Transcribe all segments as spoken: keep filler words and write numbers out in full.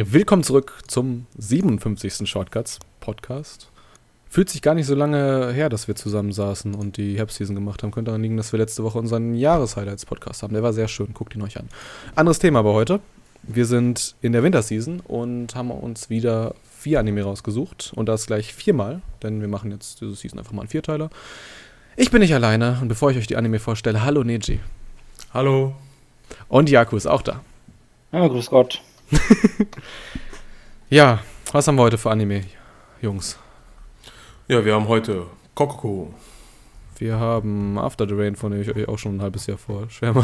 Willkommen zurück zum siebenundfünfzigsten Shortcuts Podcast. Fühlt sich gar nicht so lange her, dass wir zusammen saßen und die Herbstseason gemacht haben. Könnte daran liegen, dass wir letzte Woche unseren Jahreshighlights-Podcast haben. Der war sehr schön, guckt ihn euch an. Anderes Thema aber heute. Wir sind in der Winterseason und haben uns wieder vier Anime rausgesucht. Und das gleich viermal, denn wir machen jetzt diese Season einfach mal einen Vierteiler. Ich bin nicht alleine und bevor ich euch die Anime vorstelle, hallo Neji. Hallo. Und Jaku ist auch da. Ja, grüß Gott. Ja, was haben wir heute für Anime, Jungs? Ja, wir haben heute Kokoko. Wir haben After the Rain, von dem ich euch auch schon ein halbes Jahr vorschwärme.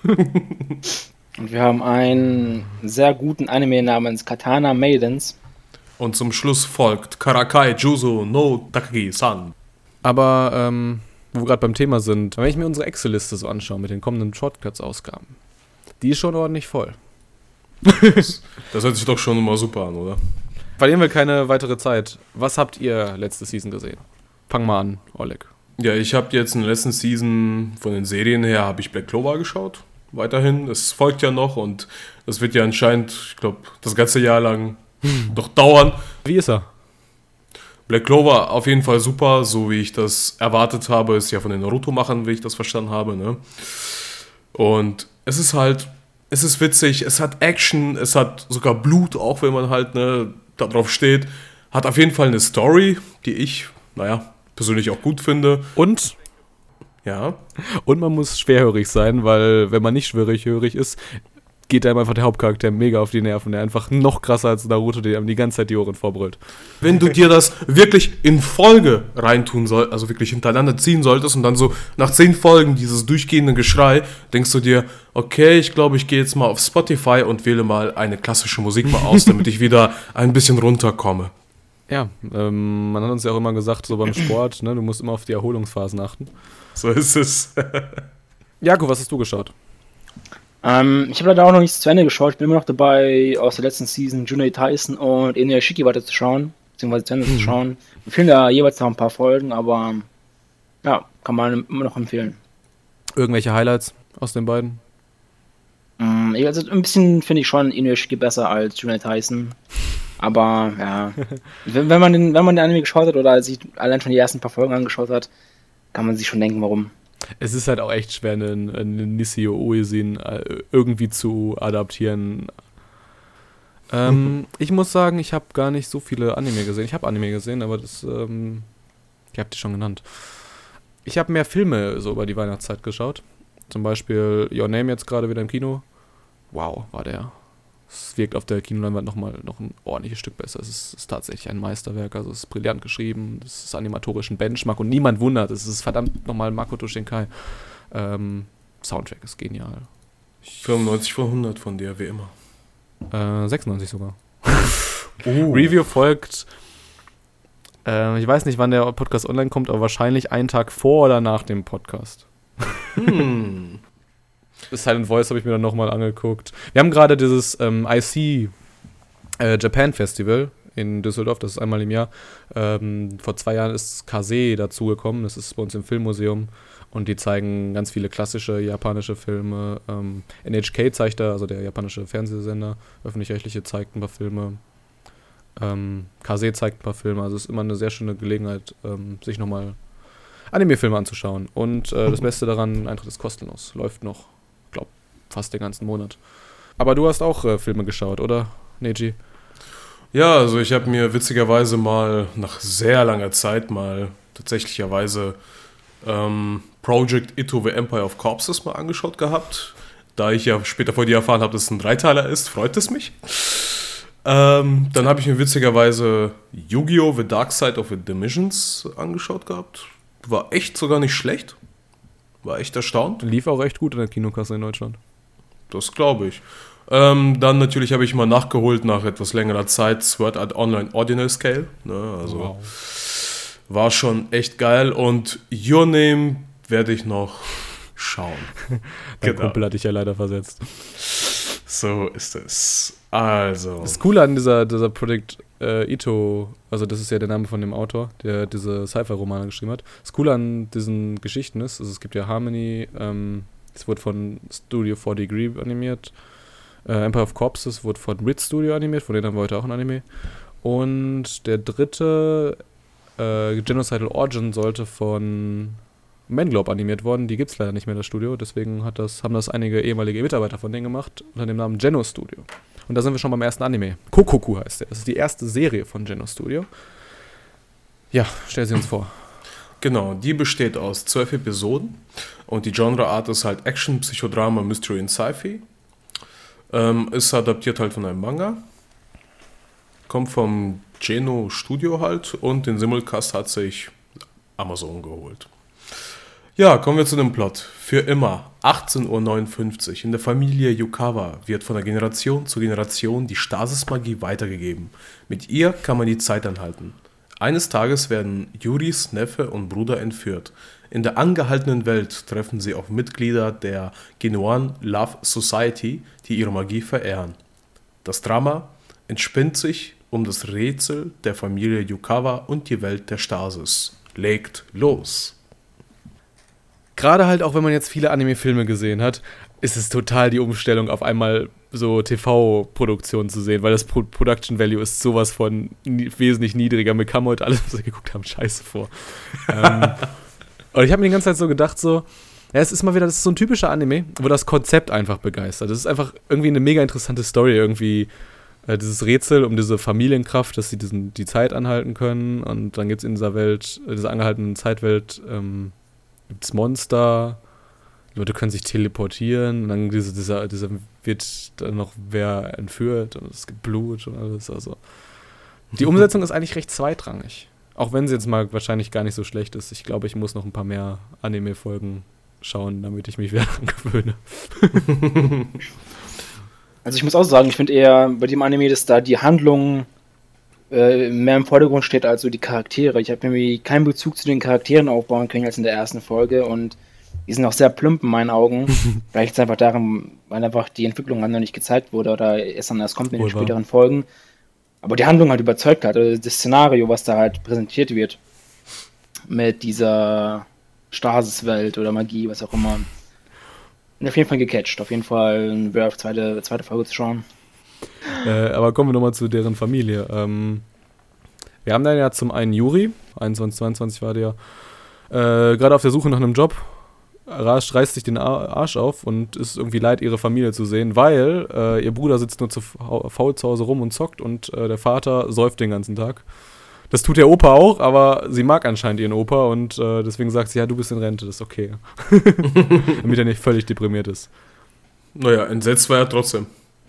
Und wir haben einen sehr guten Anime namens Katana Maidens. Und zum Schluss folgt Karakai Juzo no Takagi-san. Aber, ähm, wo wir gerade beim Thema sind, wenn ich mir unsere Excel-Liste so anschaue mit den kommenden Shortcuts-Ausgaben, die ist schon ordentlich voll. Das, das hört sich doch schon immer super an, oder? Verlieren wir keine weitere Zeit. Was habt ihr letzte Season gesehen? Fang mal an, Oleg. Ja, ich habe jetzt in der letzten Season von den Serien her, habe ich Black Clover geschaut. Weiterhin. Es folgt ja noch und das wird ja anscheinend, ich glaube, das ganze Jahr lang doch dauern. Wie ist er? Black Clover auf jeden Fall super, so wie ich das erwartet habe. Ist ja von den Naruto-Machern, wie ich das verstanden habe, ne? Und es ist halt, es ist witzig, es hat Action, es hat sogar Blut, auch wenn man halt, ne, da drauf steht. Hat auf jeden Fall eine Story, die ich, naja, persönlich auch gut finde. Und? Ja. Und man muss schwerhörig sein, weil wenn man nicht schwerhörig ist, geht einem einfach der Hauptcharakter mega auf die Nerven, der einfach noch krasser als Naruto, der einem die ganze Zeit die Ohren vorbrüllt. Wenn du dir das wirklich in Folge reintun sollst, also wirklich hintereinander ziehen solltest und dann so nach zehn Folgen dieses durchgehende Geschrei, denkst du dir, okay, ich glaube, ich gehe jetzt mal auf Spotify und wähle mal eine klassische Musik mal aus, damit ich wieder ein bisschen runterkomme. Ja, ähm, man hat uns ja auch immer gesagt, so beim Sport, ne, du musst immer auf die Erholungsphasen achten. So ist es. Jakob, was hast du geschaut? Ähm, ich habe leider auch noch nichts zu Ende geschaut. Ich bin immer noch dabei, aus der letzten Season Junei Tyson und Inuyashiki weiter zu schauen, beziehungsweise zu Ende mhm. zu schauen. Wir fehlen da jeweils noch ein paar Folgen, aber ja, kann man immer noch empfehlen. Irgendwelche Highlights aus den beiden? Ähm, also ein bisschen finde ich schon Inuyashiki besser als Junei Tyson. Aber ja, wenn, wenn man den, wenn man den Anime geschaut hat oder sich allein schon die ersten paar Folgen angeschaut hat, kann man sich schon denken, warum. Es ist halt auch echt schwer, einen, einen Nishio Uesin irgendwie zu adaptieren. Ähm, ich muss sagen, ich habe gar nicht so viele Anime gesehen. Ich habe Anime gesehen, aber das, ähm, ich habe die schon genannt. Ich habe mehr Filme so über die Weihnachtszeit geschaut. Zum Beispiel Your Name jetzt gerade wieder im Kino. Wow, war der. Es wirkt auf der Kinoleinwand nochmal noch ein ordentliches Stück besser. Es ist, ist tatsächlich ein Meisterwerk, also es ist brillant geschrieben, es ist animatorisch ein Benchmark und niemand wundert, es ist verdammt nochmal Makoto Shinkai. Ähm, Soundtrack ist genial. fünfundneunzig von hundert von dir, wie immer. Äh, sechsundneunzig sogar. Oh. Review folgt, äh, ich weiß nicht, wann der Podcast online kommt, aber wahrscheinlich einen Tag vor oder nach dem Podcast. Hm. Silent Voice habe ich mir dann nochmal angeguckt. Wir haben gerade dieses ähm, I C äh, Japan Festival in Düsseldorf, das ist einmal im Jahr. Ähm, vor zwei Jahren ist Kase dazugekommen, das ist bei uns im Filmmuseum und die zeigen ganz viele klassische japanische Filme. Ähm, N H K zeigt da, also der japanische Fernsehsender, öffentlich-rechtliche, zeigt ein paar Filme. Ähm, Kase zeigt ein paar Filme, also es ist immer eine sehr schöne Gelegenheit, ähm, sich nochmal Anime-Filme anzuschauen. Und äh, das Beste daran, Eintritt ist kostenlos, läuft noch. Glaube, fast den ganzen Monat. Aber du hast auch äh, Filme geschaut, oder, Neji? Ja, also ich habe mir witzigerweise mal nach sehr langer Zeit mal tatsächlicherweise ähm, Project Ito The Empire of Corpses mal angeschaut gehabt. Da ich ja später vor dir erfahren habe, dass es ein Dreiteiler ist, freut es mich. Ähm, dann habe ich mir witzigerweise Yu-Gi-Oh! The Dark Side of the Dimensions angeschaut gehabt. War echt sogar nicht schlecht. War echt erstaunt. Lief auch recht gut in der Kinokasse in Deutschland. Das glaube ich. Ähm, dann natürlich habe ich mal nachgeholt nach etwas längerer Zeit Sword Art Online Ordinal Scale. Ne, also wow. War schon echt geil. Und Your Name werde ich noch schauen. Dein genau. Kumpel hat dich ja leider versetzt. So ist es. Also. Das Coole an dieser, dieser Project äh, Ito, also das ist ja der Name von dem Autor, der diese Sci-Fi-Romane geschrieben hat. Das Coole an diesen Geschichten ist, also es gibt ja Harmony, ähm, es wurde von Studio four Degree animiert, Äh, Empire of Corpses wurde von Rit Studio animiert, von denen haben wir heute auch ein Anime. Und der dritte, äh, Genocidal Origin, sollte von Manglobe animiert worden. Die gibt es leider nicht mehr, das Studio. Deswegen hat das, haben das einige ehemalige Mitarbeiter von denen gemacht, unter dem Namen Geno Studio. Und da sind wir schon beim ersten Anime. Kokoku heißt der. Das ist die erste Serie von Geno Studio. Ja, stell sie uns vor. Genau, die besteht aus zwölf Episoden. Und die Genreart ist halt Action, Psychodrama, Mystery und Sci-Fi. Ähm, ist adaptiert halt von einem Manga. Kommt vom Geno Studio halt. Und den Simulcast hat sich Amazon geholt. Ja, kommen wir zu dem Plot. Für immer, achtzehn Uhr neunundfünfzig, in der Familie Yukawa wird von der Generation zu Generation die Stasis-Magie weitergegeben. Mit ihr kann man die Zeit anhalten. Eines Tages werden Yuris Neffe und Bruder entführt. In der angehaltenen Welt treffen sie auf Mitglieder der Genoan Love Society, die ihre Magie verehren. Das Drama entspinnt sich um das Rätsel der Familie Yukawa und die Welt der Stasis. Legt los! Gerade halt auch, wenn man jetzt viele Anime-Filme gesehen hat, ist es total die Umstellung, auf einmal so T V-Produktionen zu sehen, weil das Pro- Production Value ist sowas von nie- wesentlich niedriger. Mir kam heute alles, was wir geguckt haben, scheiße vor. ähm, und ich habe mir die ganze Zeit so gedacht, so, ja, es ist mal wieder, das ist so ein typischer Anime, wo das Konzept einfach begeistert. Das ist einfach irgendwie eine mega interessante Story, irgendwie äh, dieses Rätsel um diese Familienkraft, dass sie diesen, die Zeit anhalten können, und dann gibt es in dieser Welt, äh, dieser angehaltenen Zeitwelt, ähm, gibt es Monster, die Leute können sich teleportieren, und dann diese, dieser, dieser wird dann noch wer entführt und es gibt Blut und alles. Also die Umsetzung ist eigentlich recht zweitrangig. Auch wenn sie jetzt mal wahrscheinlich gar nicht so schlecht ist. Ich glaube, ich muss noch ein paar mehr Anime-Folgen schauen, damit ich mich wieder daran gewöhne. Also ich muss auch sagen, ich finde eher bei dem Anime, dass da die Handlung äh, mehr im Vordergrund steht als so die Charaktere. Ich habe irgendwie keinen Bezug zu den Charakteren aufbauen können als in der ersten Folge, und die sind auch sehr plump in meinen Augen. Vielleicht ist es einfach daran, weil einfach die Entwicklung dann noch nicht gezeigt wurde oder erst dann erst kommt in den Wohl wahr. späteren Folgen. Aber die Handlung halt überzeugt hat, also das Szenario, was da halt präsentiert wird, mit dieser Stasis-Welt oder Magie, was auch immer. Bin auf jeden Fall gecatcht. Auf jeden Fall ein Werf, zweite, zweite Folge zu schauen. Äh, aber kommen wir nochmal zu deren Familie. Ähm, wir haben dann ja zum einen Yuri, einundzwanzig, zweiundzwanzig war der, äh, gerade auf der Suche nach einem Job, rasch, reißt sich den Ar- Arsch auf und ist irgendwie leid, ihre Familie zu sehen, weil äh, ihr Bruder sitzt nur zu fa- faul zu Hause rum und zockt, und äh, der Vater säuft den ganzen Tag. Das tut der Opa auch, aber sie mag anscheinend ihren Opa, und äh, deswegen sagt sie, ja, du bist in Rente, das ist okay. Damit er nicht völlig deprimiert ist. Naja, entsetzt war er trotzdem.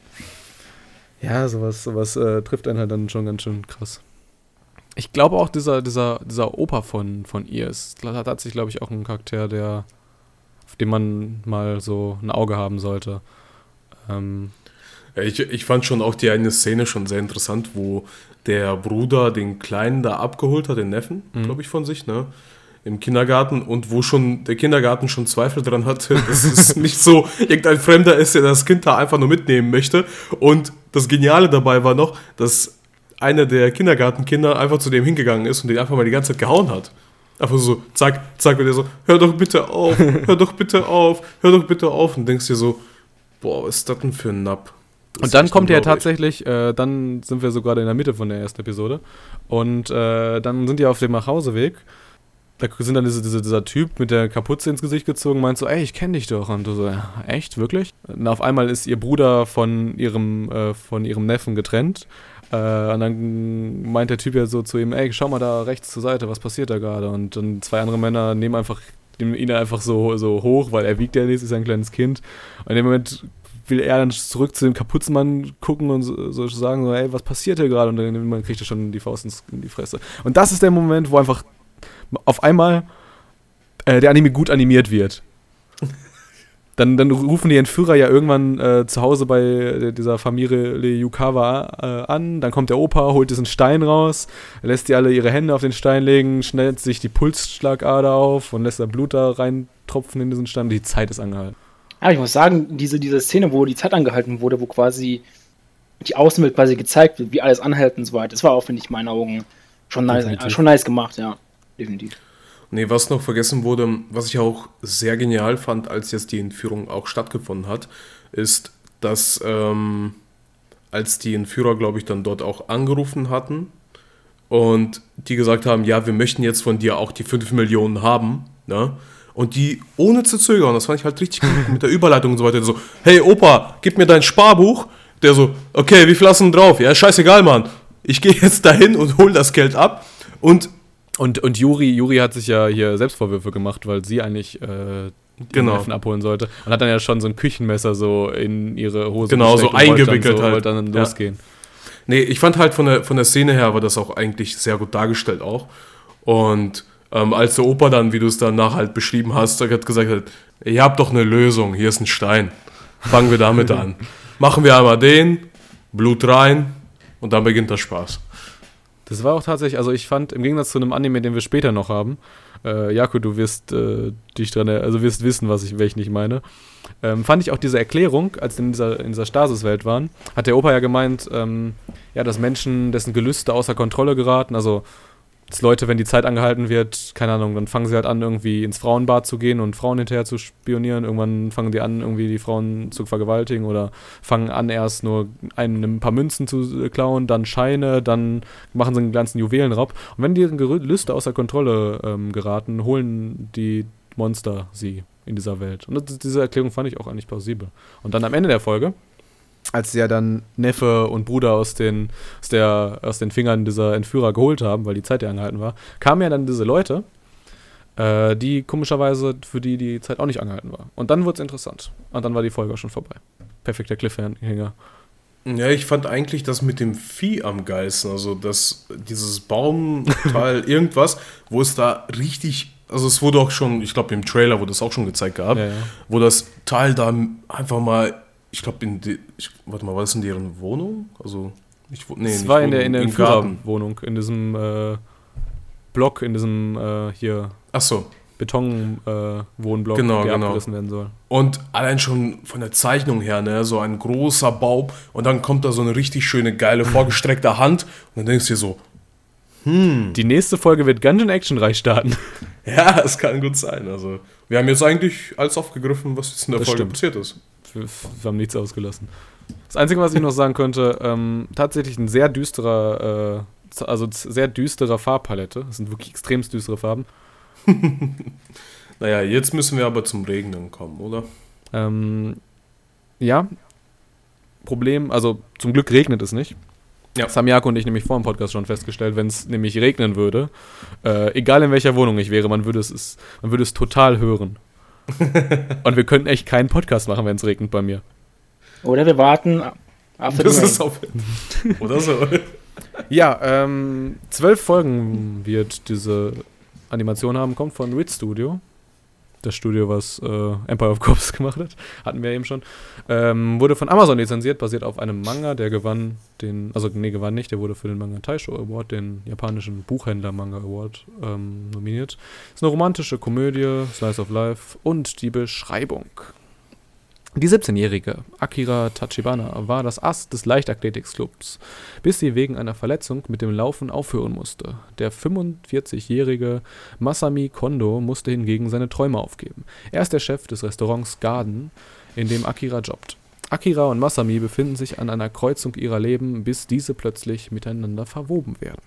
Ja, sowas, sowas äh, trifft einen halt dann schon ganz schön krass. Ich glaube auch, dieser, dieser, dieser Opa von, von ihr ist hat tatsächlich, glaube ich, auch einen Charakter, der, auf den man mal so ein Auge haben sollte. Ähm, Ja, ich, ich fand schon auch die eine Szene schon sehr interessant, wo der Bruder den Kleinen da abgeholt hat, den Neffen, Mhm. glaube ich, von sich, ne? Im Kindergarten, und wo schon der Kindergarten schon Zweifel dran hatte, dass es nicht so irgendein Fremder ist, der das Kind da einfach nur mitnehmen möchte. Und das Geniale dabei war noch, dass einer der Kindergartenkinder einfach zu dem hingegangen ist und den einfach mal die ganze Zeit gehauen hat. Einfach so, zack, zack, und der so, hör doch bitte auf, hör doch bitte auf, hör doch bitte auf. Und denkst dir so, boah, was ist das denn für ein Napp? Das Und ist dann echt kommt ja unglaublich. tatsächlich, äh, dann sind wir so gerade in der Mitte von der ersten Episode, und äh, dann sind die auf dem Nachhauseweg. Da sind dann diese, diese, dieser Typ mit der Kapuze ins Gesicht gezogen, meint so, ey, ich kenne dich doch. Und du so, ja, echt, wirklich? Und auf einmal ist ihr Bruder von ihrem, äh, von ihrem Neffen getrennt. Äh, und dann meint der Typ ja so zu ihm, ey, schau mal da rechts zur Seite, was passiert da gerade? Und dann zwei andere Männer nehmen einfach nehmen ihn einfach so, so hoch, weil er wiegt ja nichts, ist ein kleines Kind. Und in dem Moment will er dann zurück zu dem Kapuzenmann gucken und so, so sagen, so, ey, was passiert hier gerade? Und dann kriegt er schon die Faust ins, in die Fresse. Und das ist der Moment, wo einfach auf einmal äh, der Anime gut animiert wird. Dann, dann rufen die Entführer ja irgendwann äh, zu Hause bei dieser Familie Yukawa äh, an. Dann kommt der Opa, holt diesen Stein raus, lässt die alle ihre Hände auf den Stein legen, schnellt sich die Pulsschlagader auf und lässt da Blut da reintropfen in diesen Stein. Die Zeit ist angehalten. Ja, ich muss sagen, diese, diese Szene, wo die Zeit angehalten wurde, wo quasi die Außenwelt quasi gezeigt wird, wie alles anhält und so weiter, das war auch, finde ich, in meinen Augen schon nice, Definitiv. schon nice gemacht, ja. Definitiv. Nee, was noch vergessen wurde, was ich auch sehr genial fand, als jetzt die Entführung auch stattgefunden hat, ist, dass ähm, als die Entführer, glaube ich, dann dort auch angerufen hatten und die gesagt haben, ja, wir möchten jetzt von dir auch die fünf Millionen haben, ne? Und die ohne zu zögern, das fand ich halt richtig gut mit der Überleitung und so weiter, so, hey Opa, gib mir dein Sparbuch. Der so, okay, wie viel hast du denn drauf? Ja, scheißegal, Mann. Ich gehe jetzt dahin und hol das Geld ab. Und, und, und Juri, Juri hat sich ja hier Selbstvorwürfe gemacht, weil sie eigentlich äh, den genau. Neffen abholen sollte. Und hat dann ja schon so ein Küchenmesser so in ihre Hose genau, so eingewickelt so, halt. Wollte dann ja. losgehen. Nee, ich fand halt von der, von der Szene her war das auch eigentlich sehr gut dargestellt auch. Und ähm, als der Opa dann, wie du es danach halt beschrieben hast, hat gesagt hat, ihr habt doch eine Lösung, hier ist ein Stein. Fangen wir damit an. Machen wir einmal den, Blut rein und dann beginnt der Spaß. Das war auch tatsächlich, also ich fand, im Gegensatz zu einem Anime, den wir später noch haben, äh, Jaco, du wirst äh, dich dran, also wirst wissen, was ich, welchen ich meine, ähm, fand ich auch diese Erklärung, als wir in dieser, in dieser Stasiswelt waren, hat der Opa ja gemeint, ähm, ja, dass Menschen, dessen Gelüste außer Kontrolle geraten, also dass Leute, wenn die Zeit angehalten wird, keine Ahnung, dann fangen sie halt an, irgendwie ins Frauenbad zu gehen und Frauen hinterher zu spionieren. Irgendwann fangen die an, irgendwie die Frauen zu vergewaltigen oder fangen an, erst nur ein, ein paar Münzen zu klauen, dann Scheine, dann machen sie einen ganzen Juwelenraub. Und wenn deren Gelüste außer Kontrolle ähm, geraten, holen die Monster sie in dieser Welt. Und das, diese Erklärung fand ich auch eigentlich plausibel. Und dann am Ende der Folge, als sie ja dann Neffe und Bruder aus den, aus, der, aus den Fingern dieser Entführer geholt haben, weil die Zeit ja angehalten war, kamen ja dann diese Leute, äh, die komischerweise, für die die Zeit auch nicht angehalten war. Und dann wurde es interessant. Und dann war die Folge auch schon vorbei. Perfekter Cliffhanger. Ja, ich fand eigentlich das mit dem Vieh am geilsten. Also das, dieses Baumteil, irgendwas, wo es da richtig, also es wurde auch schon, ich glaube im Trailer wurde es auch schon gezeigt gehabt, Ja, ja. wo das Teil da einfach mal, ich glaube in, die, ich, warte mal, war das in deren Wohnung? Also, ich, nee, Es nicht war in Wohnung, der, in der im Garten. Entführerwohnung, in diesem äh, Block, in diesem äh, hier Ach so. Beton-Wohnblock, Genau, der genau. abgerissen werden soll. Und allein schon von der Zeichnung her, ne, so ein großer Baum und dann kommt da so eine richtig schöne, geile, vorgestreckte Hand und dann denkst du dir so, hm. Die nächste Folge wird ganz schön actionreich starten. Ja, es kann gut sein. Also, wir haben jetzt eigentlich alles aufgegriffen, was jetzt in der Das Folge stimmt. passiert ist. Wir, wir haben nichts ausgelassen. Das Einzige, was ich noch sagen könnte, ähm, tatsächlich ein sehr düsterer, äh, also sehr düsterer Farbpalette. Das sind wirklich extremst düstere Farben. Naja, jetzt müssen wir aber zum Regnen kommen, oder? Ähm, ja, Problem, also zum Glück regnet es nicht. Ja. Das haben Jaco und ich nämlich vor dem Podcast schon festgestellt, wenn es nämlich regnen würde, äh, egal in welcher Wohnung ich wäre, man würde es, es, man würde es total hören. Und wir könnten echt keinen Podcast machen, wenn es regnet bei mir. Oder wir warten after Das the ist rain. auf. Oder so. Ja, ähm, zwölf Folgen wird diese Animation haben, kommt von Wit Studio. Das Studio, was äh, Empire of Cops gemacht hat. Hatten wir eben schon. Ähm, wurde von Amazon lizenziert, basiert auf einem Manga, der gewann den, also nee, gewann nicht, der wurde für den Manga Taisho Award, den japanischen Buchhändler-Manga Award, ähm, nominiert. Ist eine romantische Komödie, Slice of Life und die Beschreibung. Die siebzehnjährige Akira Tachibana war das Ass des Leichtathletikclubs, bis sie wegen einer Verletzung mit dem Laufen aufhören musste. Der fünfundvierzigjährige Masami Kondo musste hingegen seine Träume aufgeben. Er ist der Chef des Restaurants Garden, in dem Akira jobbt. Akira und Masami befinden sich an einer Kreuzung ihrer Leben, bis diese plötzlich miteinander verwoben werden.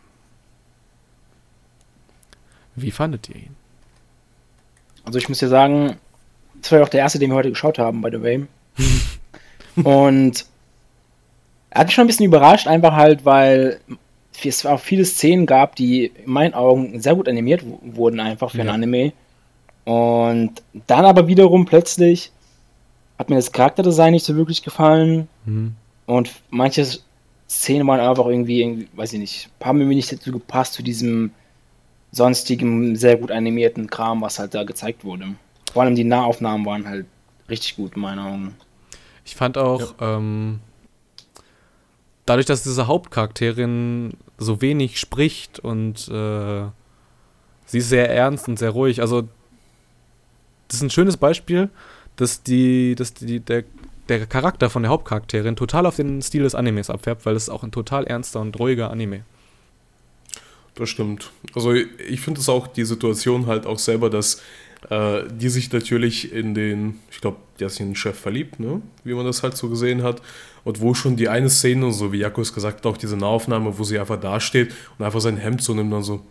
Wie fandet ihr ihn? Also ich muss ja sagen, das war ja auch der erste, den wir heute geschaut haben, by the way. Und er hat mich schon ein bisschen überrascht, einfach halt, weil es auch viele Szenen gab, die in meinen Augen sehr gut animiert w- wurden, einfach für Ja. ein Anime. Und dann aber wiederum plötzlich hat mir das Charakterdesign nicht so wirklich gefallen. Mhm. Und manche Szenen waren einfach irgendwie, irgendwie weiß ich nicht, haben mir nicht dazu gepasst, zu diesem sonstigen, sehr gut animierten Kram, was halt da gezeigt wurde. Vor allem die Nahaufnahmen waren halt richtig gut, in meinen Augen. Ich fand auch, ähm, dadurch, dass diese Hauptcharakterin so wenig spricht und äh, sie ist sehr ernst und sehr ruhig. Also, das ist ein schönes Beispiel, dass, die, dass die, der, der Charakter von der Hauptcharakterin total auf den Stil des Animes abfärbt, weil es ist auch ein total ernster und ruhiger Anime. Das stimmt. Also ich finde es auch die Situation halt auch selber, dass äh, die sich natürlich in den, ich glaube, der ist in den Chef verliebt, ne? Wie man das halt so gesehen hat. Und wo schon die eine Szene, so wie Jaco es gesagt hat, auch diese Nahaufnahme, wo sie einfach dasteht und einfach sein Hemd so nimmt und dann so,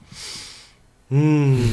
hm,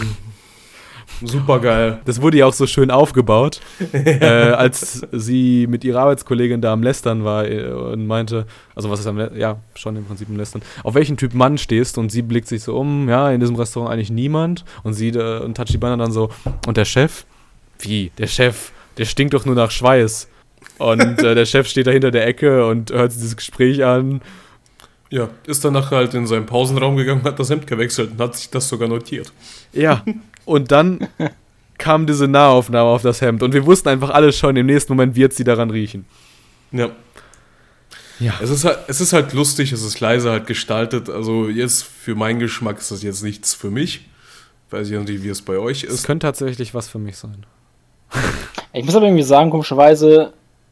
super geil. Das wurde ja auch so schön aufgebaut, äh, als sie mit ihrer Arbeitskollegin da am Lästern war äh, und meinte, also was ist am Lästern? Ja, schon im Prinzip am Lästern, auf welchen Typ Mann stehst, und sie blickt sich so um, ja, in diesem Restaurant eigentlich niemand, und sie äh, und Tachibana dann so, und der Chef? Wie? Der Chef? Der stinkt doch nur nach Schweiß. Und äh, der Chef steht da hinter der Ecke und hört sich dieses Gespräch an. Ja, ist danach halt in seinen Pausenraum gegangen, hat das Hemd gewechselt und hat sich das sogar notiert. Ja, und dann kam diese Nahaufnahme auf das Hemd und wir wussten einfach alle schon, im nächsten Moment wird sie daran riechen. Ja. Ja. Es ist halt, es ist halt lustig, es ist leise halt gestaltet, also jetzt für meinen Geschmack ist das jetzt nichts für mich. Weiß ich nicht, wie es bei euch ist. Es könnte tatsächlich was für mich sein. Ich muss aber irgendwie sagen, komischerweise,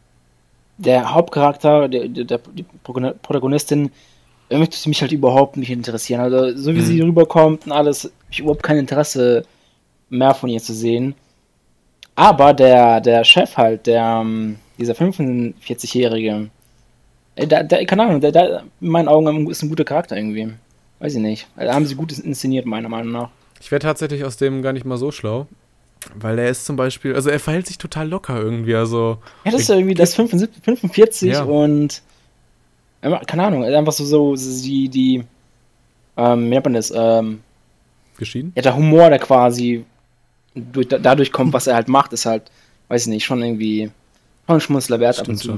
der Hauptcharakter, der, der, der die Protagonistin, irgendwie tut sie mich halt überhaupt nicht interessieren. Also, so wie mhm. sie rüberkommt und alles, habe ich überhaupt kein Interesse mehr von ihr zu sehen. Aber der, der Chef halt, der, dieser fünfundvierzigjährige, der, der, keine Ahnung, der, der in meinen Augen ist ein guter Charakter irgendwie. Weiß ich nicht. Da haben sie gut inszeniert, meiner Meinung nach. Ich wäre tatsächlich aus dem gar nicht mal so schlau. Weil er ist zum Beispiel, also er verhält sich total locker irgendwie, also... Ja, das ist ja irgendwie das fünfundvierzig ja. Und, keine Ahnung, einfach so, so die, die, ähm, wie nennt man das, ähm... Geschieden? Ja, der Humor, der quasi durch, dadurch kommt, was er halt macht, ist halt, weiß ich nicht, schon irgendwie, schon ein Schmunzler wert ab und zu. Schon.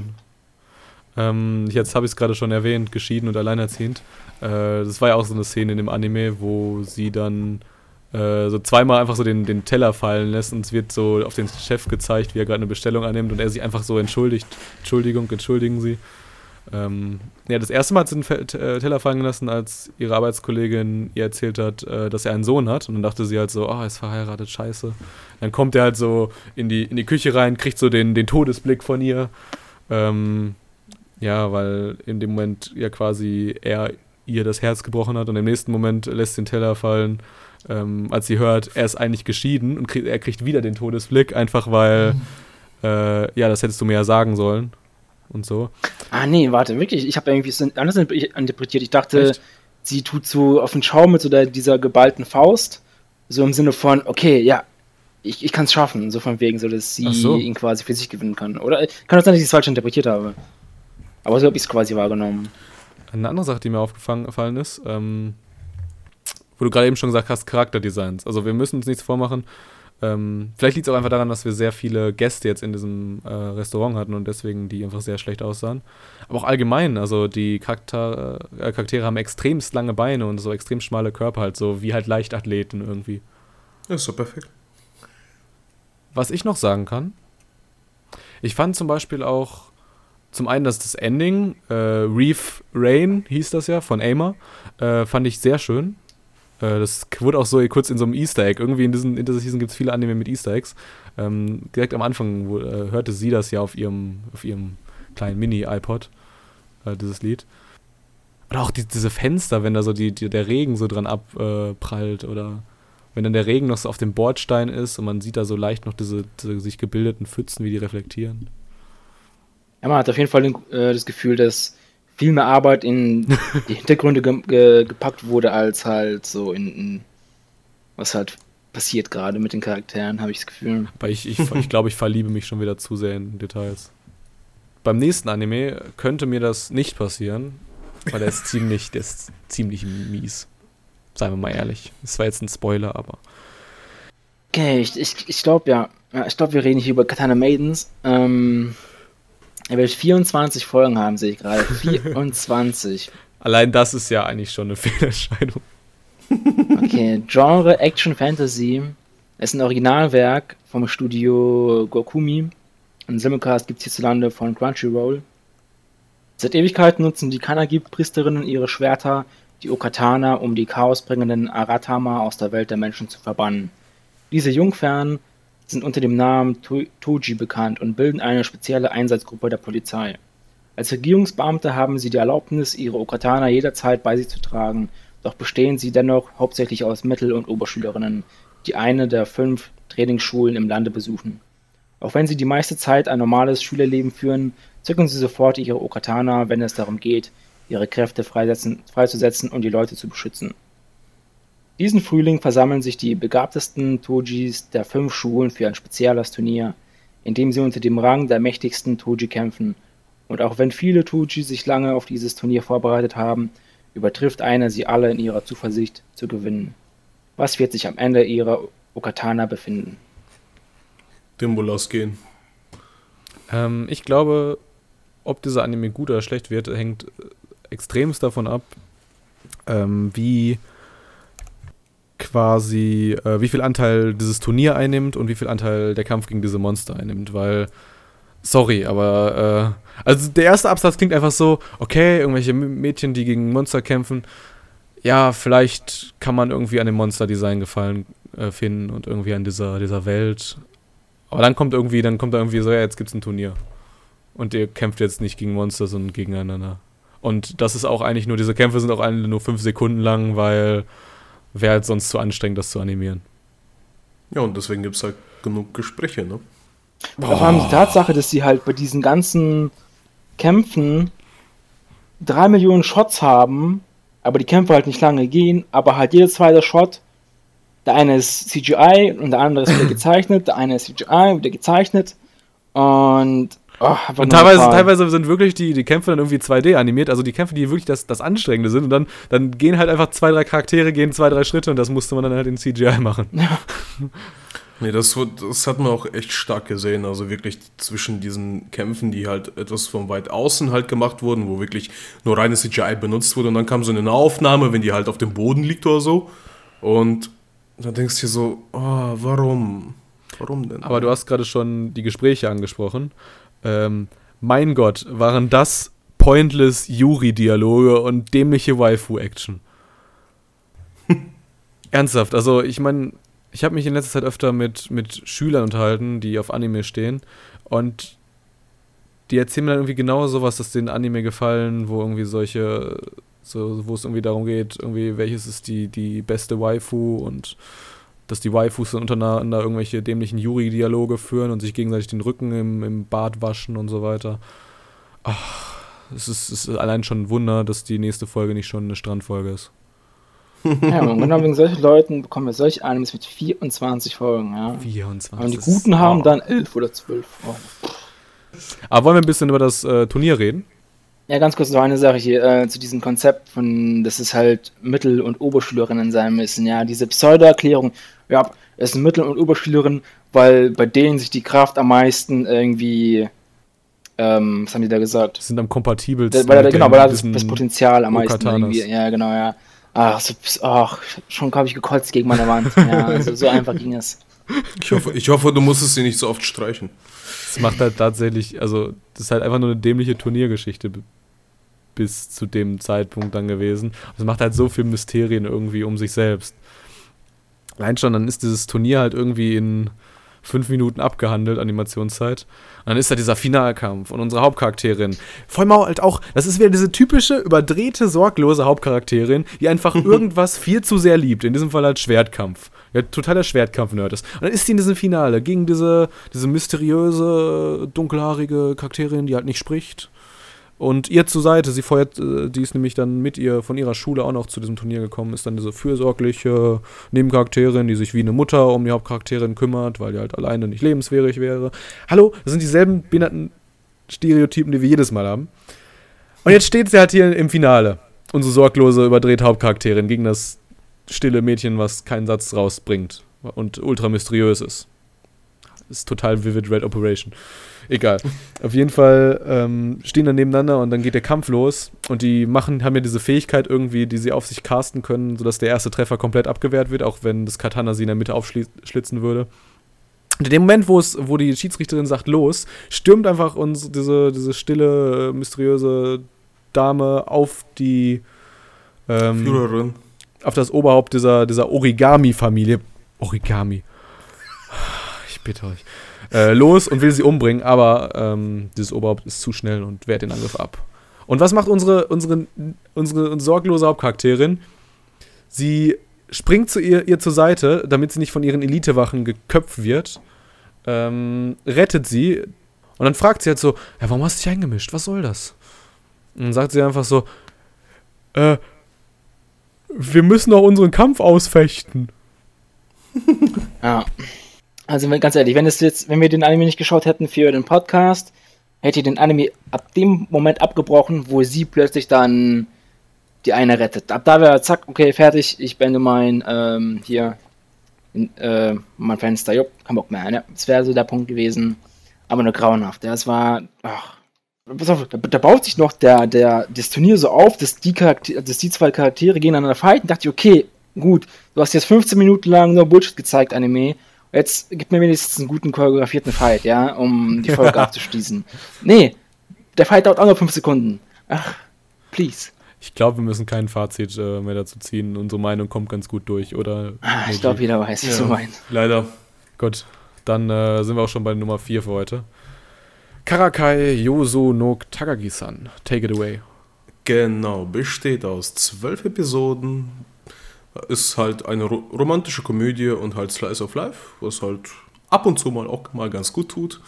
Ähm, jetzt habe ich es gerade schon erwähnt, geschieden und alleinerziehend. Äh, das war ja auch so eine Szene in dem Anime, wo sie dann... so zweimal einfach so den, den Teller fallen lässt und es wird so auf den Chef gezeigt, wie er gerade eine Bestellung annimmt und er sich einfach so entschuldigt. Entschuldigung, entschuldigen Sie. Ähm, ja, das erste Mal hat sie den Teller fallen lassen, als ihre Arbeitskollegin ihr erzählt hat, dass er einen Sohn hat, und dann dachte sie halt so, oh, er ist verheiratet, scheiße. Dann kommt er halt so in die, in die Küche rein, kriegt so den, den Todesblick von ihr. Ähm, ja, weil in dem Moment ja quasi er ihr das Herz gebrochen hat und im nächsten Moment lässt den Teller fallen. Ähm, als sie hört, er ist eigentlich geschieden und krieg, er kriegt wieder den Todesblick, einfach weil, mhm. äh, ja, das hättest du mir ja sagen sollen und so. Ah, nee, warte, wirklich, ich habe irgendwie es anders interpretiert. Ich dachte, echt? Sie tut so auf den Schau mit so der, dieser geballten Faust, so im Sinne von, okay, ja, ich, ich kann es schaffen, so von wegen, so dass sie so. ihn quasi für sich gewinnen kann. Oder kann das sein, dass ich es falsch interpretiert habe? Aber so habe ich es quasi wahrgenommen. Eine andere Sache, die mir aufgefallen ist, ähm, wo du gerade eben schon gesagt hast, Charakterdesigns. Also wir müssen uns nichts vormachen. Ähm, vielleicht liegt es auch einfach daran, dass wir sehr viele Gäste jetzt in diesem äh, Restaurant hatten und deswegen die einfach sehr schlecht aussahen. Aber auch allgemein, also die Charakter, äh, Charaktere haben extremst lange Beine und so extrem schmale Körper, halt so wie halt Leichtathleten irgendwie. Ja, ist so perfekt. Was ich noch sagen kann, ich fand zum Beispiel auch zum einen, dass das Ending, äh, Reef Rain hieß das ja, von Aimer, äh, fand ich sehr schön. Das wurde auch so kurz in so einem Easter Egg. Irgendwie in, diesen, in dieser Season gibt es viele Anime mit Easter Eggs. Ähm, direkt am Anfang wo, äh, hörte sie das ja auf ihrem, auf ihrem kleinen Mini-iPod, äh, dieses Lied. Oder auch die, diese Fenster, wenn da so die, die, der Regen so dran abprallt. Äh, oder wenn dann der Regen noch so auf dem Bordstein ist und man sieht da so leicht noch diese, diese sich gebildeten Pfützen, wie die reflektieren. Ja, man hat auf jeden Fall den, äh, das Gefühl, dass viel mehr Arbeit in die Hintergründe ge- ge- gepackt wurde, als halt so in, in was halt passiert gerade mit den Charakteren, habe ich das Gefühl. Aber ich, ich, ich glaube, ich verliebe mich schon wieder zu sehr in Details. Beim nächsten Anime könnte mir das nicht passieren, weil der ist ziemlich, der ist ziemlich mies. Seien wir mal ehrlich. Das war jetzt ein Spoiler, aber... Okay, ich, ich, ich glaube ja, ich glaube, wir reden hier über Katana Maidens. Ähm... Er will vierundzwanzig Folgen haben, sehe ich gerade. vierundzwanzig. Allein das ist ja eigentlich schon eine Fehlentscheidung. Okay, Genre Action Fantasy. Es ist ein Originalwerk vom Studio Gokumi. Ein Simulcast gibt es hierzulande von Crunchyroll. Seit Ewigkeiten nutzen die Kanagi-Priesterinnen ihre Schwerter, die Okatana, um die chaosbringenden Aratama aus der Welt der Menschen zu verbannen. Diese Jungfern sind unter dem Namen to- Toji bekannt und bilden eine spezielle Einsatzgruppe der Polizei. Als Regierungsbeamte haben sie die Erlaubnis, ihre Okatana jederzeit bei sich zu tragen, doch bestehen sie dennoch hauptsächlich aus Mittel- und Oberschülerinnen, die eine der fünf Trainingsschulen im Lande besuchen. Auch wenn sie die meiste Zeit ein normales Schülerleben führen, zücken sie sofort ihre Okatana, wenn es darum geht, ihre Kräfte freisetzen, freizusetzen und die Leute zu beschützen. Diesen Frühling versammeln sich die begabtesten Tojis der fünf Schulen für ein spezielles Turnier, in dem sie unter dem Rang der mächtigsten Toji kämpfen. Und auch wenn viele Toji sich lange auf dieses Turnier vorbereitet haben, übertrifft einer sie alle in ihrer Zuversicht zu gewinnen. Was wird sich am Ende ihrer Okatana befinden? Dem wohl ausgehen. Ähm, ich glaube, ob dieser Anime gut oder schlecht wird, hängt extremst davon ab, ähm, wie quasi, äh, wie viel Anteil dieses Turnier einnimmt und wie viel Anteil der Kampf gegen diese Monster einnimmt, weil, sorry, aber, äh, also der erste Absatz klingt einfach so, okay, irgendwelche Mädchen, die gegen Monster kämpfen, ja, vielleicht kann man irgendwie an dem Monster-Design gefallen äh, finden und irgendwie an dieser, dieser Welt. Aber dann kommt irgendwie, dann kommt da irgendwie so, ja, jetzt gibt's ein Turnier. Und ihr kämpft jetzt nicht gegen Monster, sondern gegeneinander. Und das ist auch eigentlich nur, diese Kämpfe sind auch alle nur fünf Sekunden lang, weil wäre halt sonst zu anstrengend, das zu animieren. Ja, und deswegen gibt es halt genug Gespräche, ne? Vor allem die Tatsache, dass sie halt bei diesen ganzen Kämpfen drei Millionen Shots haben, aber die Kämpfe halt nicht lange gehen, aber halt jeder zweite Shot, der eine ist C G I und der andere ist wieder gezeichnet, der eine ist C G I, wieder gezeichnet und oh, und teilweise, teilweise sind wirklich die, die Kämpfe dann irgendwie zwei D animiert, also die Kämpfe, die wirklich das, das Anstrengende sind und dann, dann gehen halt einfach zwei, drei Charaktere, gehen zwei, drei Schritte und das musste man dann halt in C G I machen. Ja. Nee, das, das hat man auch echt stark gesehen, also wirklich zwischen diesen Kämpfen, die halt etwas von weit außen halt gemacht wurden, wo wirklich nur reine C G I benutzt wurde und dann kam so eine Nahaufnahme, wenn die halt auf dem Boden liegt oder so und dann denkst du dir so, oh, warum? Warum denn? Aber du hast gerade schon die Gespräche angesprochen. Ähm, mein Gott, waren das pointless Yuri-Dialoge und dämliche Waifu-Action. Ernsthaft, also ich meine, ich habe mich in letzter Zeit öfter mit, mit Schülern unterhalten, die auf Anime stehen und die erzählen mir dann irgendwie genau sowas, dass denen Anime gefallen, wo irgendwie solche, so, wo es irgendwie darum geht, irgendwie welches ist die, die beste Waifu und dass die Waifus dann untereinander irgendwelche dämlichen Yuri-Dialoge führen und sich gegenseitig den Rücken im, im Bad waschen und so weiter. Ach, es ist, es ist allein schon ein Wunder, dass die nächste Folge nicht schon eine Strandfolge ist. Ja, und genau wegen solchen Leuten bekommen wir solche Animes mit vierundzwanzig Folgen, ja. vierundzwanzig. Und die Guten haben oh. dann elf oder zwölf. Oh. Aber wollen wir ein bisschen über das äh, Turnier reden? Ja, ganz kurz noch eine Sache hier äh, zu diesem Konzept von, dass es halt Mittel- und Oberschülerinnen sein müssen. Ja, diese Pseudo-Erklärung, ja, es sind Mittel- und Oberschülerinnen, weil bei denen sich die Kraft am meisten irgendwie, ähm, was haben die da gesagt? Sind am kompatibelsten. Da, weil da, genau, weil da das, das Potenzial am meisten Okatanas. irgendwie, ja, genau, ja. Ach, so, ach schon habe ich gekotzt gegen meine Wand. Ja, also so einfach ging es. Ich hoffe, ich hoffe, du musstest sie nicht so oft streichen. Das macht halt tatsächlich, also das ist halt einfach nur eine dämliche Turniergeschichte b- bis zu dem Zeitpunkt dann gewesen. Es macht halt so viel Mysterien irgendwie um sich selbst. Allein schon, dann ist dieses Turnier halt irgendwie in fünf Minuten abgehandelt, Animationszeit. Und dann ist da dieser Finalkampf und unsere Hauptcharakterin. Vor allem halt auch, das ist wieder diese typische, überdrehte, sorglose Hauptcharakterin, die einfach irgendwas viel zu sehr liebt. In diesem Fall halt Schwertkampf. Ja, totaler Schwertkampf-Nerd ist. Und dann ist sie in diesem Finale gegen diese, diese mysteriöse, dunkelhaarige Charakterin, die halt nicht spricht. Und ihr zur Seite, sie feuert, äh, die ist nämlich dann mit ihr von ihrer Schule auch noch zu diesem Turnier gekommen, ist dann diese fürsorgliche Nebencharakterin, die sich wie eine Mutter um die Hauptcharakterin kümmert, weil die halt alleine nicht lebensfähig wäre. Hallo, das sind dieselben behinderten Stereotypen, die wir jedes Mal haben. Und jetzt steht sie halt hier im Finale, unsere sorglose, überdrehte Hauptcharakterin, gegen das stille Mädchen, was keinen Satz rausbringt und ultra mysteriös ist. Ist total Vivid Red Operation. Egal. Auf jeden Fall ähm, stehen dann nebeneinander und dann geht der Kampf los und die machen, haben ja diese Fähigkeit irgendwie, die sie auf sich casten können, sodass der erste Treffer komplett abgewehrt wird, auch wenn das Katana sie in der Mitte aufschlitzen würde. Und in dem Moment, wo es, wo die Schiedsrichterin sagt, los, stürmt einfach uns diese, diese stille, mysteriöse Dame auf die ähm, Führerin. auf das Oberhaupt dieser, dieser Origami-Familie. Origami. Ich bitte euch. Äh, los und will sie umbringen, aber ähm, dieses Oberhaupt ist zu schnell und wehrt den Angriff ab. Und was macht unsere, unsere, unsere sorglose Hauptcharakterin? Sie springt zu ihr, ihr zur Seite, damit sie nicht von ihren Elitewachen geköpft wird, ähm, rettet sie und dann fragt sie halt so, ja, warum hast du dich eingemischt? Was soll das? Und dann sagt sie einfach so, äh, wir müssen doch unseren Kampf ausfechten. Ja. Also wenn, ganz ehrlich, wenn es jetzt, wenn wir den Anime nicht geschaut hätten für den Podcast, hätte ich den Anime ab dem Moment abgebrochen, wo sie plötzlich dann die eine rettet. Ab da wäre zack, okay, fertig, ich beende mein, ähm, hier, in, äh, mein Fenster, jupp, kein Bock mehr. Ne? Das wäre so der Punkt gewesen, aber nur grauenhaft. Das war, ach, pass auf, da, da baut sich noch der, der, das Turnier so auf, dass die, Charakter, dass die zwei Charaktere gegeneinander fighten. Dachte ich, okay, gut, du hast jetzt fünfzehn Minuten lang nur Bullshit gezeigt, Anime. Jetzt gib mir wenigstens einen guten choreografierten Fight, ja, um die Folge abzuschließen. Nee, der Fight dauert auch nur fünf Sekunden. Ach, please. Ich glaube, wir müssen kein Fazit äh, mehr dazu ziehen. Unsere Meinung kommt ganz gut durch, oder? Ah, ich glaube, jeder weiß, was ja, du meinst. Leider. Gut, dann äh, sind wir auch schon bei Nummer vier für heute. Karakai Yoso no Takagi-san. Take it away. Genau, besteht aus zwölf Episoden. Ist halt eine ro- romantische Komödie und halt Slice of Life, was halt ab und zu mal auch mal ganz gut tut.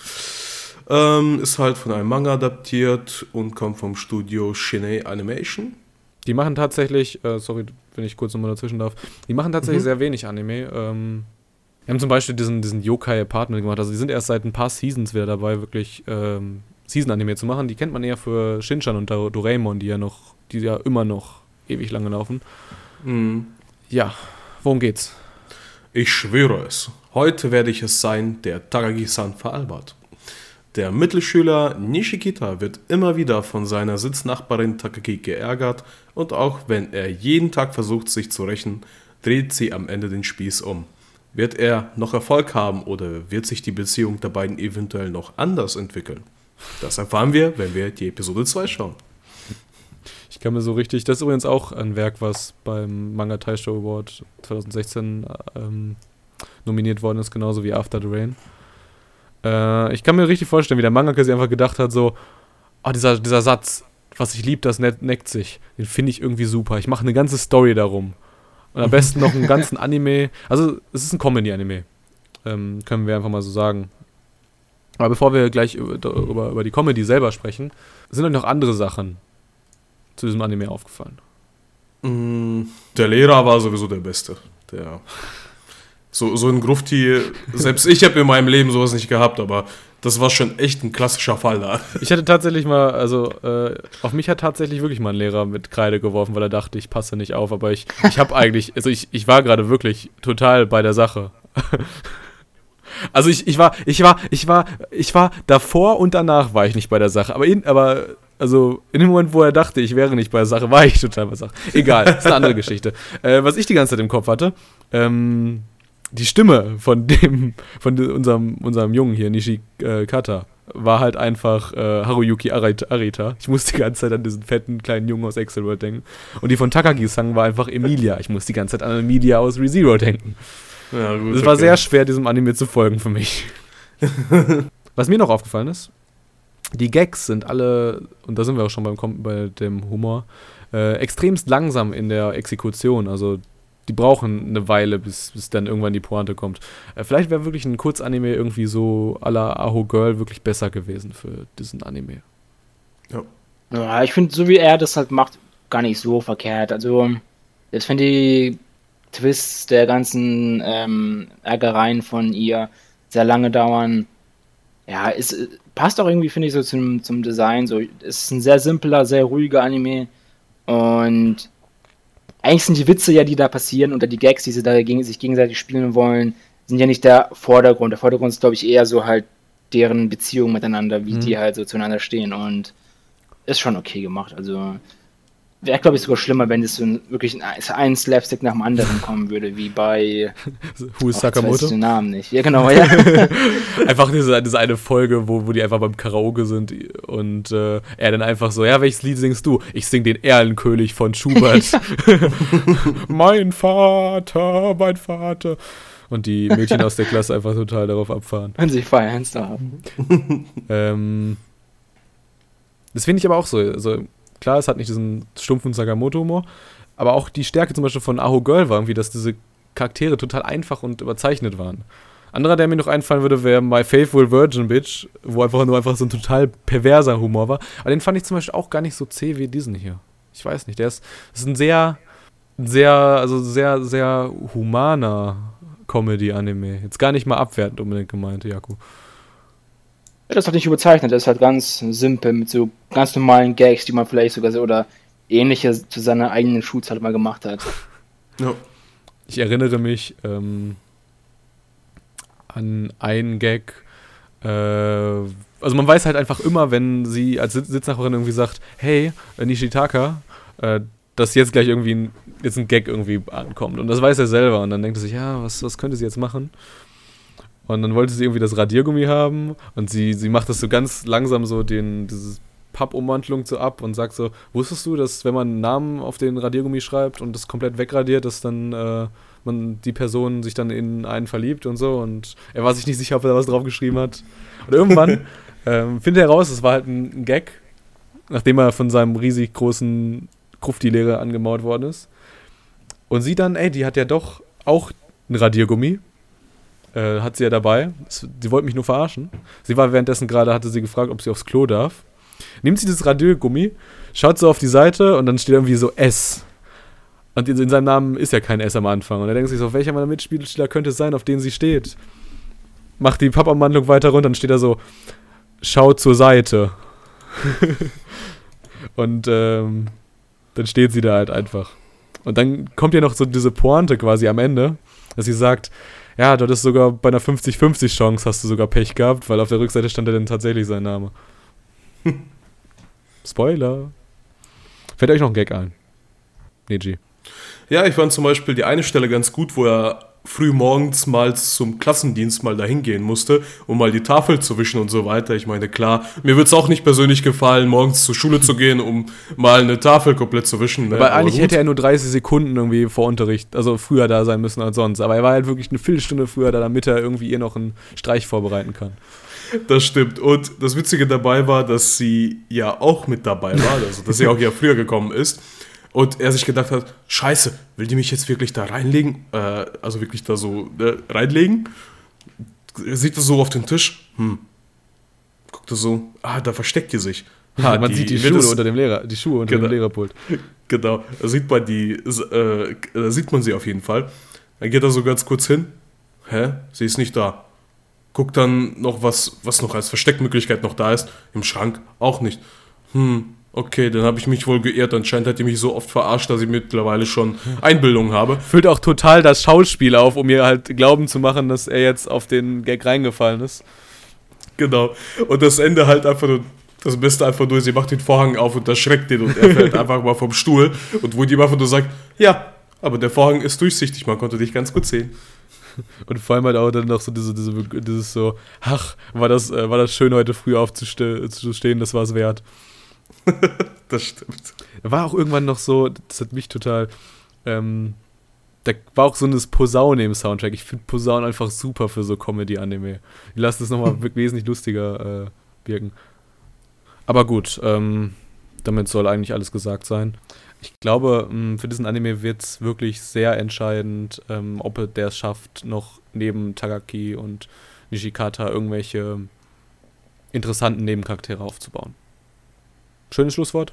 Ähm, ist halt von einem Manga adaptiert und kommt vom Studio Shinei Animation. Die machen tatsächlich, äh, sorry, wenn ich kurz nochmal dazwischen darf, die machen tatsächlich Mhm. sehr wenig Anime. Ähm, die haben zum Beispiel diesen, diesen Yokai Apartment gemacht, also die sind erst seit ein paar Seasons wieder dabei, wirklich ähm, Season-Anime zu machen. Die kennt man eher für Shinchan und Do- Doraemon, die ja noch, die ja immer noch ewig lange laufen. Mhm. Ja, worum geht's? Ich schwöre es, heute werde ich es sein, der Takagi-san veralbert. Der Mittelschüler Nishikita wird immer wieder von seiner Sitznachbarin Takagi geärgert und auch wenn er jeden Tag versucht, sich zu rächen, dreht sie am Ende den Spieß um. Wird er noch Erfolg haben oder wird sich die Beziehung der beiden eventuell noch anders entwickeln? Das erfahren wir, wenn wir die Episode zwei schauen. Ich kann mir so richtig, das ist übrigens auch ein Werk, was beim Manga Taisho Award zwanzig sechzehn ähm, nominiert worden ist, genauso wie After the Rain. Äh, ich kann mir richtig vorstellen, wie der Mangaka sich einfach gedacht hat, so, oh, dieser, dieser Satz, was ich lieb, das ne- neckt sich, den finde ich irgendwie super. Ich mache eine ganze Story darum. Und am besten noch einen ganzen Anime. Also, es ist ein Comedy-Anime. Ähm, können wir einfach mal so sagen. Aber bevor wir gleich über, über, über die Comedy selber sprechen, sind noch andere Sachen zu diesem Anime aufgefallen. Mm, Der Lehrer war sowieso der Beste. Der so, so ein Grufti, selbst ich habe in meinem Leben sowas nicht gehabt, aber das war schon echt ein klassischer Fall da. Ich hatte tatsächlich mal, also äh, auf mich hat tatsächlich wirklich mal ein Lehrer mit Kreide geworfen, weil er dachte, ich passe nicht auf, aber ich, ich habe eigentlich, also ich, ich war gerade wirklich total bei der Sache. Also ich, ich war, ich war, ich war, ich war davor und danach war ich nicht bei der Sache, aber in, aber also in dem Moment, wo er dachte, ich wäre nicht bei der Sache, war ich total bei der Sache. Egal, ist eine andere Geschichte. Äh, was ich die ganze Zeit im Kopf hatte, ähm, die Stimme von dem, von de, unserem, unserem Jungen hier, Nishikata, war halt einfach äh, Haruyuki Arita. Ich musste die ganze Zeit an diesen fetten kleinen Jungen aus Axelworld denken. Und die von Takagi-san war einfach Emilia. Ich musste die ganze Zeit an Emilia aus ReZero denken. Ja, gut, Es war okay. sehr schwer, diesem Anime zu folgen für mich. Was mir noch aufgefallen ist, die Gags sind alle, und da sind wir auch schon beim, bei dem Humor, äh, extremst langsam in der Exekution. Also die brauchen eine Weile, bis, bis dann irgendwann die Pointe kommt. Äh, vielleicht wäre wirklich ein Kurzanime irgendwie so à la Aho Girl wirklich besser gewesen für diesen Anime. Ja, ich finde, so wie er das halt macht, gar nicht so verkehrt. Also, jetzt finde ich Twists der ganzen ähm, Ärgereien von ihr sehr lange dauern. Ja, es äh, passt auch irgendwie, finde ich, so zum, zum Design. So, es ist ein sehr simpler, sehr ruhiger Anime. Und eigentlich sind die Witze ja, die da passieren, oder die Gags, die sie da gegen, sich gegenseitig spielen wollen, sind ja nicht der Vordergrund. Der Vordergrund ist, glaube ich, eher so halt deren Beziehung miteinander, wie Mhm. die halt so zueinander stehen. Und ist schon okay gemacht. Also wäre, glaube ich, sogar schlimmer, wenn es so ein, wirklich ein, ein Slapstick nach dem anderen kommen würde, wie bei Who is Ach, jetzt weiß ich Sakamoto? den Namen nicht. Ja, genau, ja. Einfach diese, diese eine Folge, wo, wo die einfach beim Karaoke sind und äh, er dann einfach so, ja, welches Lied singst du? Ich sing den Erlenkönig von Schubert. Mein Vater, mein Vater. Und die Mädchen aus der Klasse einfach total darauf abfahren. Wenn sie feiern haben. Ähm, das finde ich aber auch so. Also, klar, es hat nicht diesen stumpfen Sakamoto-Humor, aber auch die Stärke zum Beispiel von Aho Girl war irgendwie, dass diese Charaktere total einfach und überzeichnet waren. Anderer, der mir noch einfallen würde, wäre My Faithful Virgin Bitch, wo einfach nur einfach so ein total perverser Humor war. Aber den fand ich zum Beispiel auch gar nicht so zäh wie diesen hier. Ich weiß nicht, der ist, ist ein sehr, sehr, also sehr, sehr humaner Comedy-Anime. Jetzt gar nicht mal abwertend unbedingt gemeint, Jaku. Ja, das ist halt nicht überzeichnet, das ist halt ganz simpel mit so ganz normalen Gags, die man vielleicht sogar so oder ähnliche zu seiner eigenen Schulzeit mal gemacht hat. Ja. Ich erinnere mich ähm, an einen Gag, äh, also man weiß halt einfach immer, wenn sie als Sitz- Sitznachbarin irgendwie sagt, hey, äh, Nishitaka, äh, dass jetzt gleich irgendwie ein, jetzt ein Gag irgendwie ankommt. Und das weiß er selber. Und dann denkt er sich, ja, was, was könnte sie jetzt machen? Und dann wollte sie irgendwie das Radiergummi haben und sie, sie macht das so ganz langsam so den, dieses Pappumwandlung so ab und sagt so, wusstest du, dass wenn man einen Namen auf den Radiergummi schreibt und das komplett wegradiert, dass dann äh, man die Person sich dann in einen verliebt und so, und er war sich nicht sicher, ob er da was drauf geschrieben hat. Und irgendwann ähm, findet er raus, es war halt ein, ein Gag, nachdem er von seinem riesig großen Grufti-Lehrer angemauert worden ist. Und sie dann, ey, die hat ja doch auch ein Radiergummi. Äh, hat sie ja dabei. Sie wollte mich nur verarschen. Sie war währenddessen gerade, hatte sie gefragt, ob sie aufs Klo darf. Nimmt sie das Radiergummi, schaut so auf die Seite und dann steht irgendwie so S. Und in, in seinem Namen ist ja kein S am Anfang. Und er denkt sich so, welcher meiner Mitspieler könnte es sein, auf den sie steht? Macht die Pappumwandlung weiter runter, dann steht da so, schau zur Seite. Und ähm, dann steht sie da halt einfach. Und dann kommt ja noch so diese Pointe quasi am Ende, dass sie sagt, ja, dort ist sogar bei einer fünfzig fünfzig Chance hast du sogar Pech gehabt, weil auf der Rückseite stand ja dann tatsächlich sein Name. Spoiler. Fällt euch noch ein Gag ein? Neji. Ja, ich fand zum Beispiel die eine Stelle ganz gut, wo er früh morgens mal zum Klassendienst mal dahin gehen musste, um mal die Tafel zu wischen und so weiter. Ich meine, klar, mir würde es auch nicht persönlich gefallen, morgens zur Schule zu gehen, um mal eine Tafel komplett zu wischen. Ne? Aber eigentlich Aber hätte er nur dreißig Sekunden irgendwie vor Unterricht, also früher da sein müssen als sonst. Aber er war halt wirklich eine Viertelstunde früher da, damit er irgendwie ihr noch einen Streich vorbereiten kann. Das stimmt. Und das Witzige dabei war, dass sie ja auch mit dabei war, also dass sie auch ja früher gekommen ist. Und er sich gedacht hat, scheiße, will die mich jetzt wirklich da reinlegen? Äh, also wirklich da so äh, reinlegen? Er sieht das so auf den Tisch. Hm. Guckt er so, ah, da versteckt die sich. Ha, man die, sieht die Schuhe das, unter dem Lehrer, die Schuhe unter genau, dem Lehrerpult. Genau, da sieht man die, äh, da sieht man sie auf jeden Fall. Dann geht er so ganz kurz hin. Hä? Sie ist nicht da. Guckt dann noch, was, was noch als Versteckmöglichkeit noch da ist. Im Schrank auch nicht. Hm. Okay, dann habe ich mich wohl geirrt. Anscheinend hat die mich so oft verarscht, dass ich mittlerweile schon Einbildung habe. Füllt auch total das Schauspiel auf, um ihr halt glauben zu machen, dass er jetzt auf den Gag reingefallen ist. Genau. Und das Ende halt einfach nur, das Beste einfach nur, sie macht den Vorhang auf und erschreckt den und er fällt einfach mal vom Stuhl. Und wo die einfach nur sagt, ja, aber der Vorhang ist durchsichtig, man konnte dich ganz gut sehen. Und vor allem halt auch dann noch so diese, diese, dieses so, ach, war das, war das schön, heute früh aufzustehen, das war es wert. Das stimmt. War auch irgendwann noch so, das hat mich total, ähm, da war auch so eine Posaune im Soundtrack. Ich finde Posaune einfach super für so Comedy-Anime. Die lassen es nochmal wesentlich lustiger äh, wirken. Aber gut, ähm, damit soll eigentlich alles gesagt sein. Ich glaube, mh, für diesen Anime wird es wirklich sehr entscheidend, ähm, ob der es schafft, noch neben Tagaki und Nishikata irgendwelche interessanten Nebencharaktere aufzubauen. Schönes Schlusswort.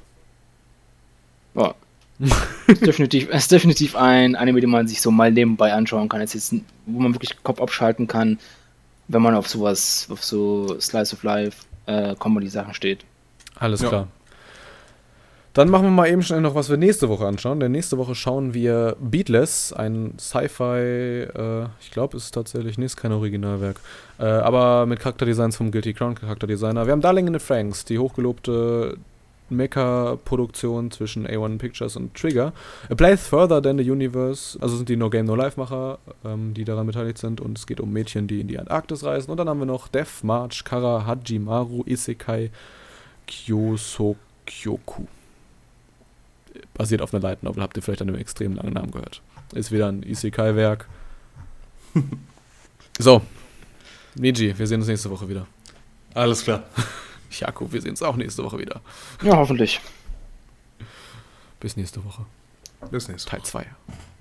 Ja. ist, definitiv, ist definitiv ein Anime, den man sich so mal nebenbei anschauen kann. Es ist, wo man wirklich Kopf abschalten kann, wenn man auf sowas, auf so Slice of Life äh, Comedy-Sachen steht. Alles ja. klar. Dann machen wir mal eben schnell noch, was wir nächste Woche anschauen. Denn nächste Woche schauen wir Beatless, ein Sci-Fi, äh, ich glaube, es ist tatsächlich, nee, ist kein Originalwerk, äh, aber mit Charakterdesigns vom Guilty Crown Charakterdesigner. Wir haben Darling in the Franxx, die hochgelobte Mecha-Produktion zwischen A eins Pictures und Trigger. A Place Further Than the Universe, also sind die No Game No Life Macher, ähm, die daran beteiligt sind, und es geht um Mädchen, die in die Antarktis reisen. Und dann haben wir noch Death March, Kara Hajimaru Isekai Kyosokyoku. Basiert auf einer Light Novel, habt ihr vielleicht an einem extrem langen Namen gehört. Ist wieder ein Isekai-Werk. So, Neji, wir sehen uns nächste Woche wieder. Alles klar. Jakob, wir sehen uns auch nächste Woche wieder. Ja, hoffentlich. Bis nächste Woche. Bis nächstes Mal. Teil zwei.